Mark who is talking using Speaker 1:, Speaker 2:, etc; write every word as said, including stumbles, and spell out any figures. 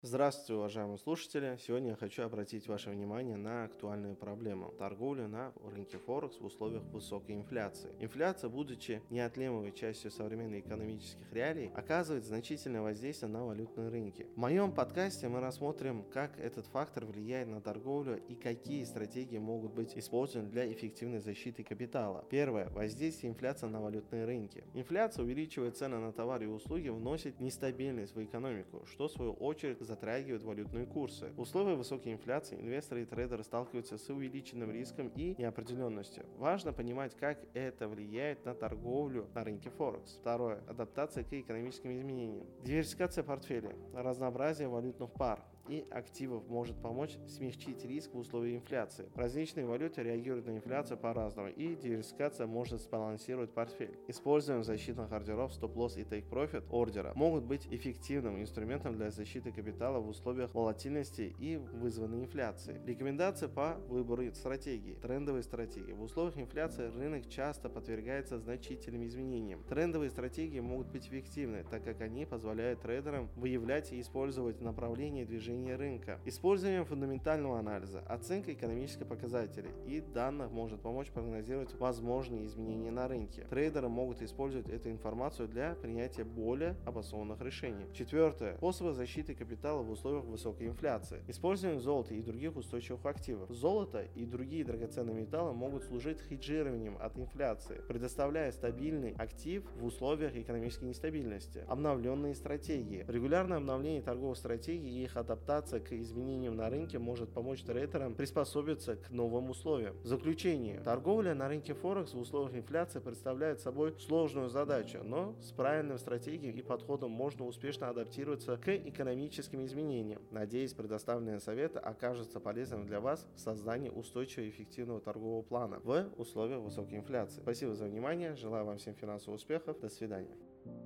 Speaker 1: Здравствуйте, уважаемые слушатели! Сегодня я хочу обратить ваше внимание на актуальную проблему – торговлю на рынке Форекс в условиях высокой инфляции. Инфляция, будучи неотъемлемой частью современных экономических реалий, оказывает значительное воздействие на валютные рынки. В моем подкасте мы рассмотрим, как этот фактор влияет на торговлю и какие стратегии могут быть использованы для эффективной защиты капитала. Первое – воздействие инфляции на валютные рынки. Инфляция, увеличивая цены на товары и услуги, вносит нестабильность в экономику, что в свою очередь затрагивают валютные курсы. В условиях высокой инфляции инвесторы и трейдеры сталкиваются с увеличенным риском и неопределенностью. Важно понимать, как это влияет на торговлю на рынке Форекс. Второе. Адаптация к экономическим изменениям. Диверсификация портфеля, разнообразие валютных пар и активов может помочь смягчить риск в условиях инфляции. Различные валюты реагируют на инфляцию по-разному, и диверсификация может сбалансировать портфель. Использование защитных ордеров, стоп-лосс и take-profit ордера могут быть эффективным инструментом для защиты капитала в условиях волатильности и вызванной инфляции. Рекомендации по выбору стратегии. Трендовые стратегии. В условиях инфляции рынок часто подвергается значительным изменениям. Трендовые стратегии могут быть эффективны, так как они позволяют трейдерам выявлять и использовать направления движения рынка. Использование фундаментального анализа, оценка экономических показателей и данных может помочь прогнозировать возможные изменения на рынке. Трейдеры могут использовать эту информацию для принятия более обоснованных решений. Четвертое. Способы защиты капитала в условиях высокой инфляции. Использование золота и других устойчивых активов. Золото и другие драгоценные металлы могут служить хеджированием от инфляции, предоставляя стабильный актив в условиях экономической нестабильности. Обновленные стратегии. Регулярное обновление торговых стратегий и их адаптация к изменениям на рынке может помочь трейдерам приспособиться к новым условиям. В заключение. Торговля на рынке Форекс в условиях инфляции представляет собой сложную задачу, но с правильным стратегией и подходом можно успешно адаптироваться к экономическим изменениям. Надеюсь, предоставленные советы окажутся полезными для вас в создании устойчивого и эффективного торгового плана в условиях высокой инфляции. Спасибо за внимание, желаю вам всем финансовых успехов, до свидания.